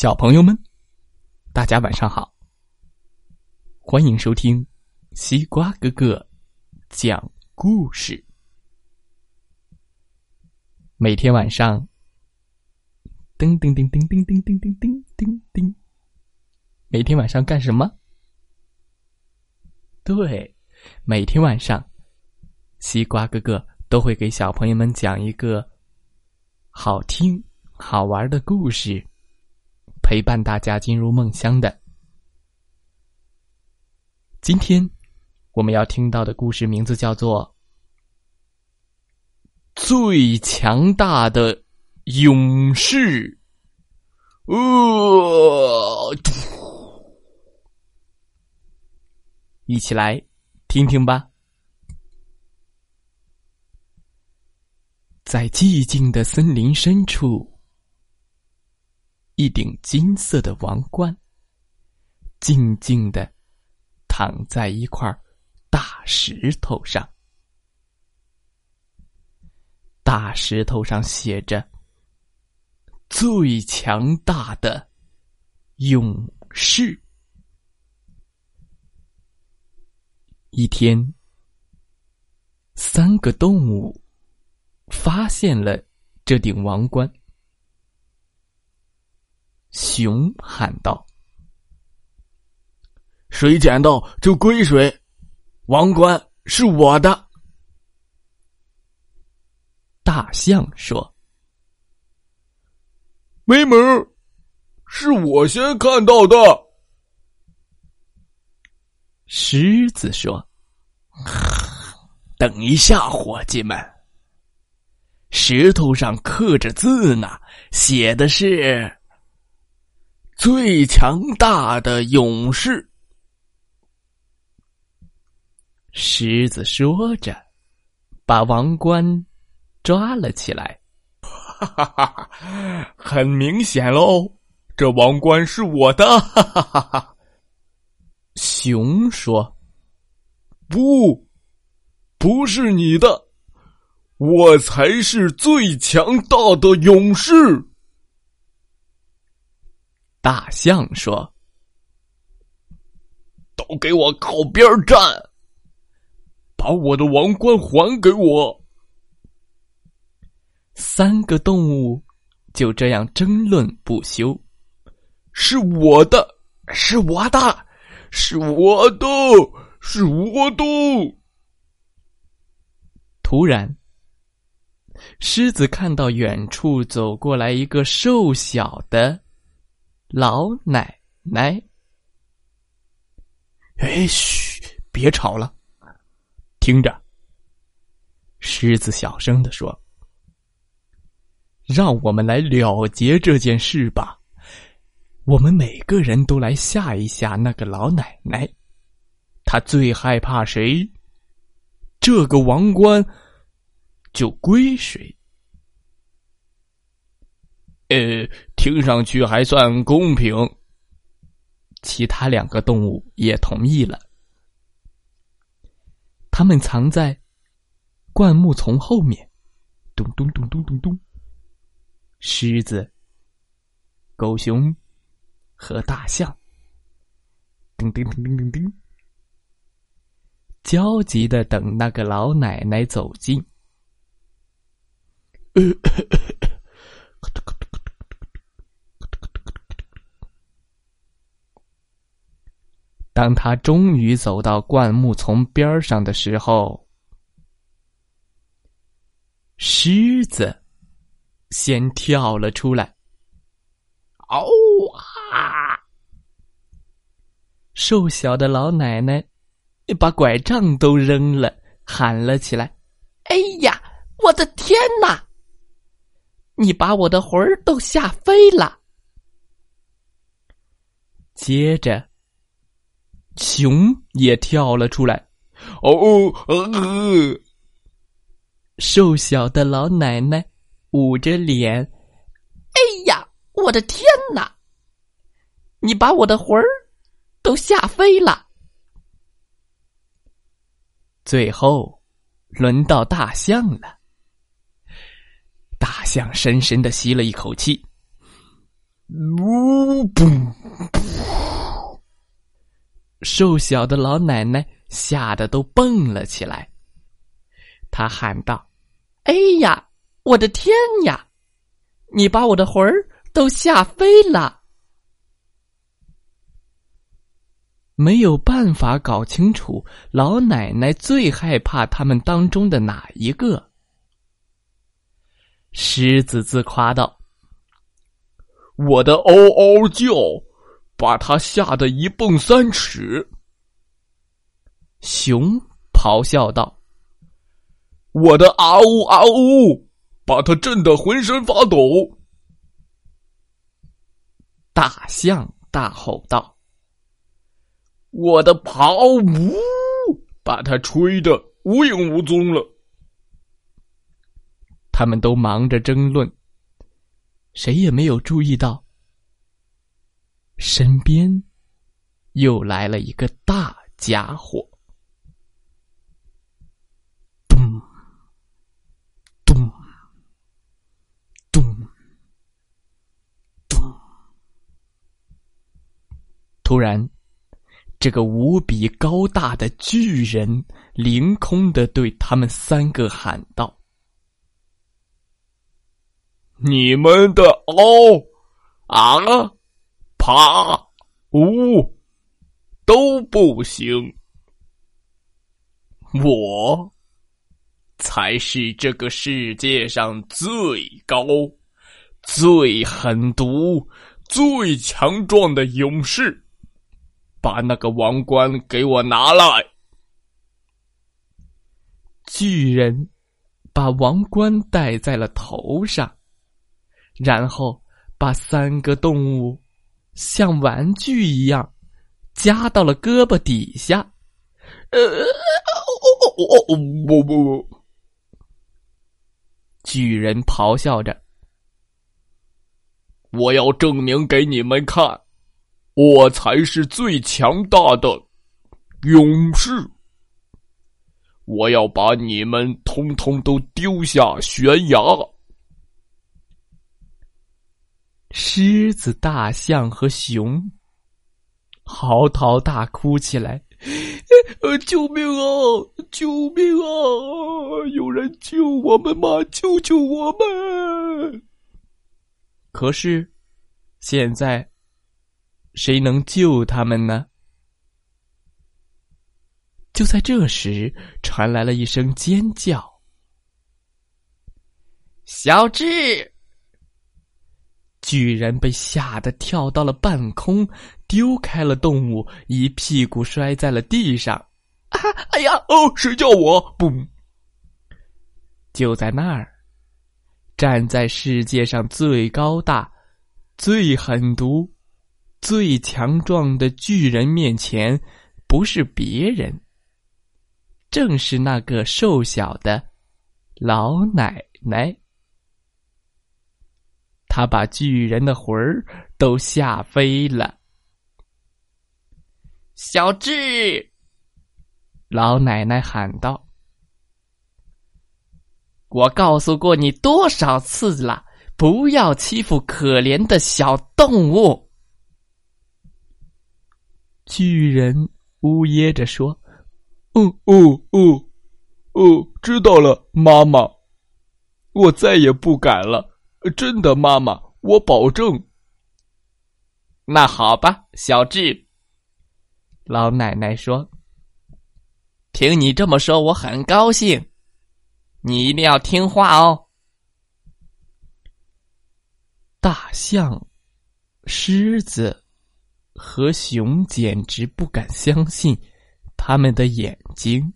小朋友们，大家晚上好，欢迎收听西瓜哥哥讲故事。每天晚上，叮叮叮叮叮叮叮叮叮叮叮，每天晚上干什么？对，每天晚上，西瓜哥哥都会给小朋友们讲一个好听、好玩的故事，陪伴大家进入梦乡的。今天我们要听到的故事名字叫做《最强大的勇士》。一起来听听吧。在寂静的森林深处，一顶金色的王冠静静地躺在一块大石头上，大石头上写着最强大的勇士。一天，3个动物发现了这顶王冠。熊喊道： 谁捡到就归谁，王冠是我的。 大象说： 没门儿，是我先看到的。 狮子说： 等一下，伙计们，石头上刻着字呢，写的是最强大的勇士。 狮子说着，把王冠抓了起来。 哈哈哈，很明显喽，这王冠是我的。哈哈哈哈。 熊说： 不是你的，我才是最强大的勇士。 大象说： 都给我靠边站，把我的王冠还给我。 3个动物就这样争论不休。 是我的，是我的，是我的，是我的。 突然，狮子看到远处走过来一个瘦小的老奶奶。 嘘，别吵了， 听着，狮子小声地说：让我们来了结这件事吧。我们每个人都来吓一吓那个老奶奶，她最害怕谁，这个王冠就归谁。 听上去还算公平。 其他2个动物也同意了。他们藏在灌木丛后面，咚咚咚咚咚咚。狮子、狗熊和大象，叮叮叮叮叮叮，焦急地等那个老奶奶走近。当他终于走到灌木丛边上的时候，狮子先跳了出来。 嗷啊！ 瘦小的老奶奶把拐杖都扔了，喊了起来：哎呀，我的天哪！你把我的魂儿都吓飞了。接着熊也跳了出来。瘦小的老奶奶捂着脸：哎呀，我的天哪！你把我的魂儿都吓飞了。最后轮到大象了。大象深深地吸了一口气， 瘦小的老奶奶吓得都蹦了起来，她喊道：“哎呀，我的天呀！你把我的魂儿都吓飞了！”没有办法搞清楚老奶奶最害怕他们当中的哪一个。狮子自夸道：“ 我的嗷嗷叫把他吓得一蹦3尺。” 熊咆哮道：“ 我的啊呜啊呜把他震得浑身发抖。” 大象大吼道：“ 我的咆呜把他吹得无影无踪了。” 他们都忙着争论，谁也没有注意到身边又来了一个大家伙。咚咚咚咚！突然，这个无比高大的巨人凌空地对他们3个喊道：“ 你们的嗷啊爬呜都不行，我才是这个世界上最高、最狠毒、最强壮的勇士，把那个王冠给我拿来！” 巨人把王冠戴在了头上，然后把3个动物像玩具一样夹到了胳膊底下。巨人咆哮着：“ 我要证明给你们看，我才是最强大的勇士！我要把你们统统都丢下悬崖！” 狮子、大象和熊嚎啕大哭起来：“救命啊！救命啊！有人救我们吗？救救我们！”可是，现在谁能救他们呢？就在这时，传来了一声尖叫：“小智！”巨人被吓得跳到了半空，丢开了动物，一屁股摔在了地上。啊！哎呀！ 哦，谁叫我？嘣！ 就在那儿，站在世界上最高大、最狠毒、最强壮的巨人面前，不是别人，正是那个瘦小的老奶奶。他把巨人的魂儿都吓飞了。小智！老奶奶喊道：“我告诉过你多少次了，不要欺负可怜的小动物。”巨人呜咽着说：“ 知道了，妈妈，我再也不敢了。真的，妈妈，我保证。” 那好吧，小智。老奶奶说：“听你这么说，我很高兴。你一定要听话哦。”大象、狮子和熊简直不敢相信他们的眼睛。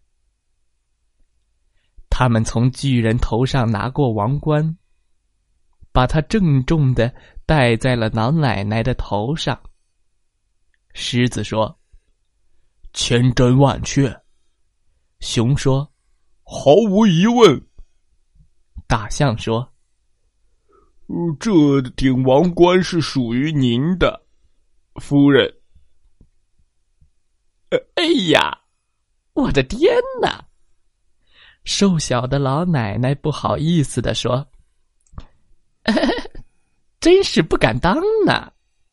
他们从巨人头上拿过王冠，把它郑重地戴在了老奶奶的头上。狮子说：“ 千真万确。” 熊说：“ 毫无疑问。” 大象说：“ 这顶王冠是属于您的，夫人。” 哎呀，我的天哪！瘦小的老奶奶不好意思地说：“ 真是不敢当呢。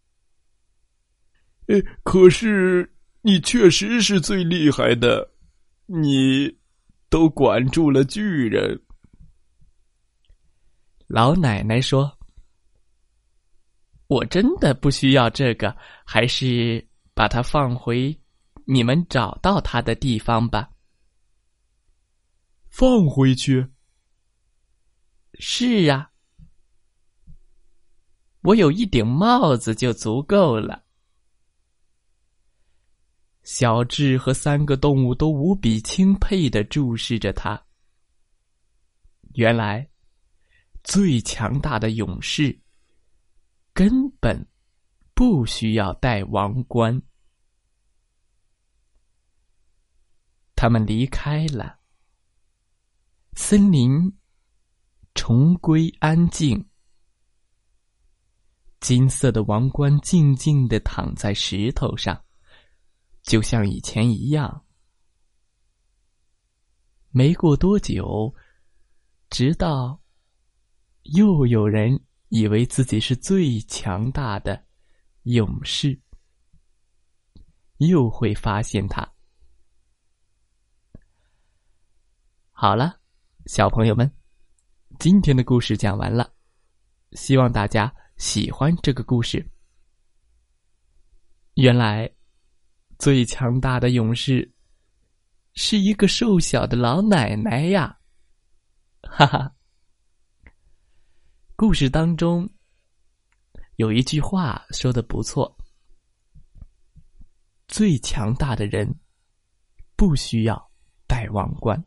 可是你确实是最厉害的，你都管住了巨人。 老奶奶说：“我真的不需要这个，还是把它放回你们找到它的地方吧。” 放回去？ 是啊，我有一顶帽子就足够了。小智和3个动物都无比钦佩地注视着他。原来，最强大的勇士根本不需要戴王冠。他们离开了，森林重归安静。金色的王冠静静地躺在石头上，就像以前一样。没过多久，直到又有人以为自己是最强大的勇士，又会发现他。好了，小朋友们，今天的故事讲完了，希望大家喜欢这个故事。原来，最强大的勇士是一个瘦小的老奶奶呀！哈哈。故事当中有一句话说得不错：最强大的人不需要戴王冠。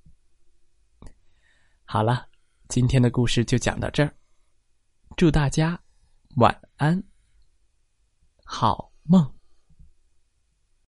好了，今天的故事就讲到这儿，祝大家晚安，好梦。